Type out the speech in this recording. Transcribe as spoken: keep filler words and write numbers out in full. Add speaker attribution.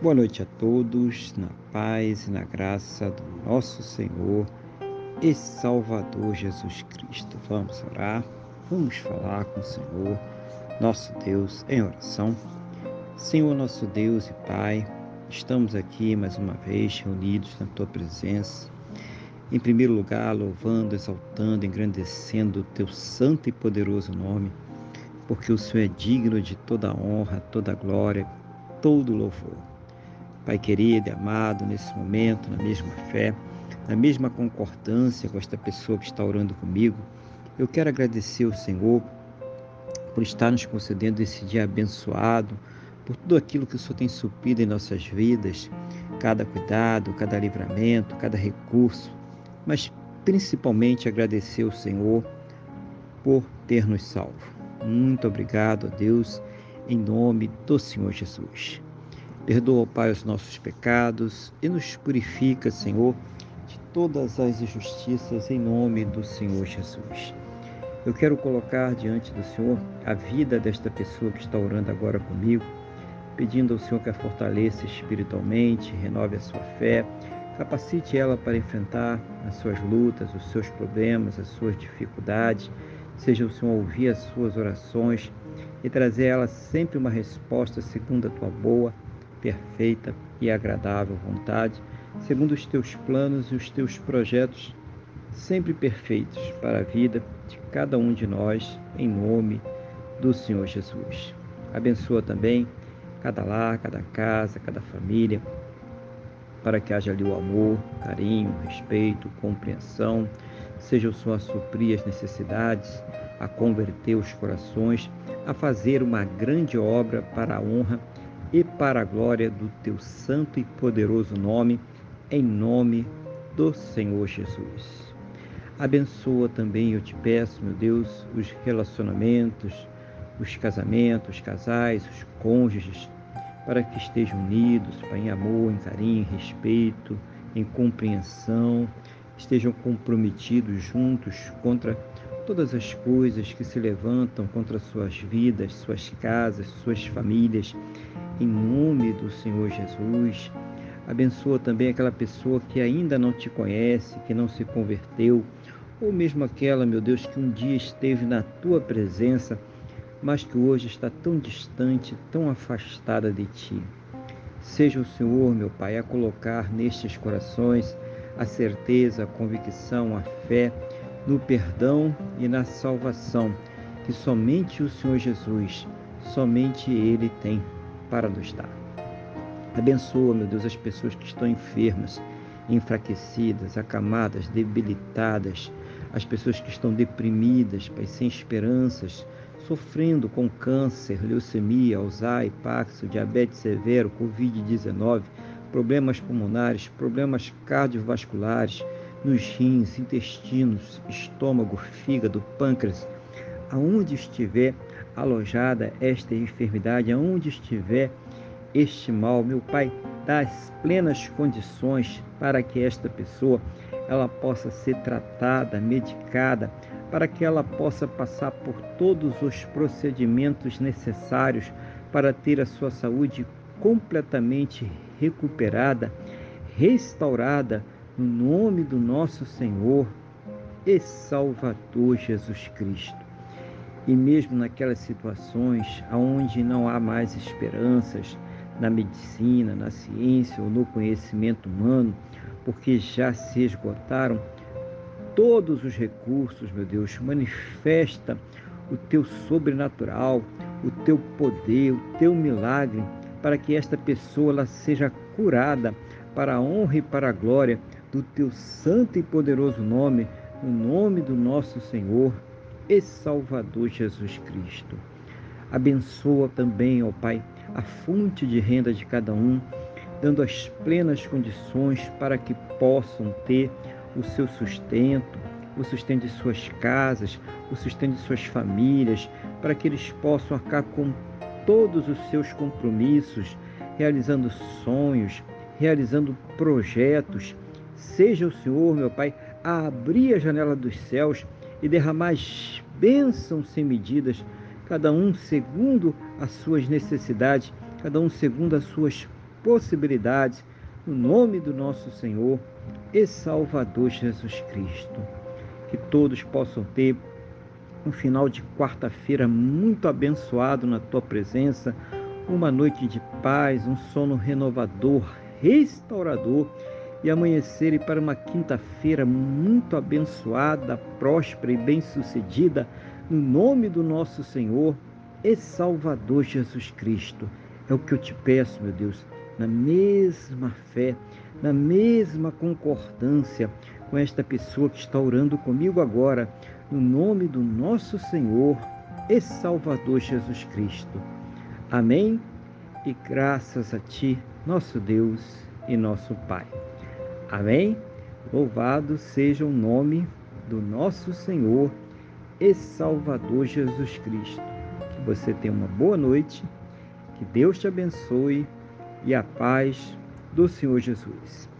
Speaker 1: Boa noite a todos, na paz e na graça do nosso Senhor e Salvador Jesus Cristo. Vamos orar, vamos falar com o Senhor, nosso Deus, em oração. Senhor, nosso Deus e Pai, estamos aqui mais uma vez reunidos na Tua presença. Em primeiro lugar, louvando, exaltando, engrandecendo o Teu santo e poderoso nome, porque o Senhor é digno de toda honra, toda glória, todo louvor. Pai querido e amado, nesse momento, na mesma fé, na mesma concordância com esta pessoa que está orando comigo, eu quero agradecer ao Senhor por estar nos concedendo esse dia abençoado, por tudo aquilo que o Senhor tem suprido em nossas vidas, cada cuidado, cada livramento, cada recurso, mas principalmente agradecer ao Senhor por ter nos salvo. Muito obrigado a Deus, em nome do Senhor Jesus. Perdoa, Pai, os nossos pecados e nos purifica, Senhor, de todas as injustiças em nome do Senhor Jesus. Eu quero colocar diante do Senhor a vida desta pessoa que está orando agora comigo, pedindo ao Senhor que a fortaleça espiritualmente, renove a sua fé, capacite ela para enfrentar as suas lutas, os seus problemas, as suas dificuldades, seja o Senhor ouvir as suas orações e trazer a ela sempre uma resposta segundo a tua boa, perfeita e agradável vontade, segundo os teus planos e os teus projetos, sempre perfeitos para a vida de cada um de nós, em nome do Senhor Jesus. Abençoa também cada lar, cada casa, cada família, para que haja ali o amor, carinho, respeito, compreensão, seja o Senhor a suprir as necessidades, a converter os corações, a fazer uma grande obra para a honra e para a glória do teu santo e poderoso nome, em nome do Senhor Jesus. Abençoa também, eu te peço, meu Deus, os relacionamentos, os casamentos, os casais, os cônjuges, para que estejam unidos, Pai, em amor, em carinho, em respeito, em compreensão, estejam comprometidos juntos contra todas as coisas que se levantam contra suas vidas, suas casas, suas famílias, em nome do Senhor Jesus. Abençoa também aquela pessoa que ainda não te conhece, que não se converteu, ou mesmo aquela, meu Deus, que um dia esteve na tua presença, mas que hoje está tão distante, tão afastada de ti. Seja o Senhor, meu Pai, a colocar nestes corações a certeza, a convicção, a fé no perdão e na salvação, que somente o Senhor Jesus, somente Ele tem para nos dar. Abençoa, meu Deus, as pessoas que estão enfermas, enfraquecidas, acamadas, debilitadas, as pessoas que estão deprimidas, Pai, sem esperanças, sofrendo com câncer, leucemia, Alzheimer, Parkinson, diabetes severo, covid dezenove, problemas pulmonares, problemas cardiovasculares, nos rins, intestinos, estômago, fígado, pâncreas, aonde estiver alojada esta enfermidade, aonde estiver este mal, meu Pai, dá as plenas condições para que esta pessoa ela possa ser tratada, medicada, para que ela possa passar por todos os procedimentos necessários para ter a sua saúde completamente recuperada, restaurada, no nome do nosso Senhor e Salvador Jesus Cristo. E mesmo naquelas situações onde não há mais esperanças na medicina, na ciência ou no conhecimento humano, porque já se esgotaram todos os recursos, meu Deus, manifesta o teu sobrenatural, o teu poder, o teu milagre, para que esta pessoa ela seja curada para a honra e para a glória do teu santo e poderoso nome, no nome do nosso Senhor e Salvador Jesus Cristo. Abençoa também, ó Pai, a fonte de renda de cada um, dando as plenas condições para que possam ter o seu sustento, o sustento de suas casas, o sustento de suas famílias, para que eles possam arcar com todos os seus compromissos, realizando sonhos, realizando projetos. Seja o Senhor, meu Pai, a abrir a janela dos céus e derramar bênçãos sem medidas, cada um segundo as suas necessidades, cada um segundo as suas possibilidades, no nome do nosso Senhor e Salvador Jesus Cristo. Que todos possam ter um final de quarta-feira muito abençoado na Tua presença, uma noite de paz, um sono renovador, restaurador, e amanhecerem para uma quinta-feira muito abençoada, próspera e bem-sucedida, no nome do nosso Senhor e Salvador Jesus Cristo. É o que eu te peço, meu Deus, na mesma fé, na mesma concordância com esta pessoa que está orando comigo agora, no nome do nosso Senhor e Salvador Jesus Cristo. Amém? E graças a Ti, nosso Deus e nosso Pai. Amém? Louvado seja o nome do nosso Senhor e Salvador Jesus Cristo. Que você tenha uma boa noite, que Deus te abençoe e a paz do Senhor Jesus.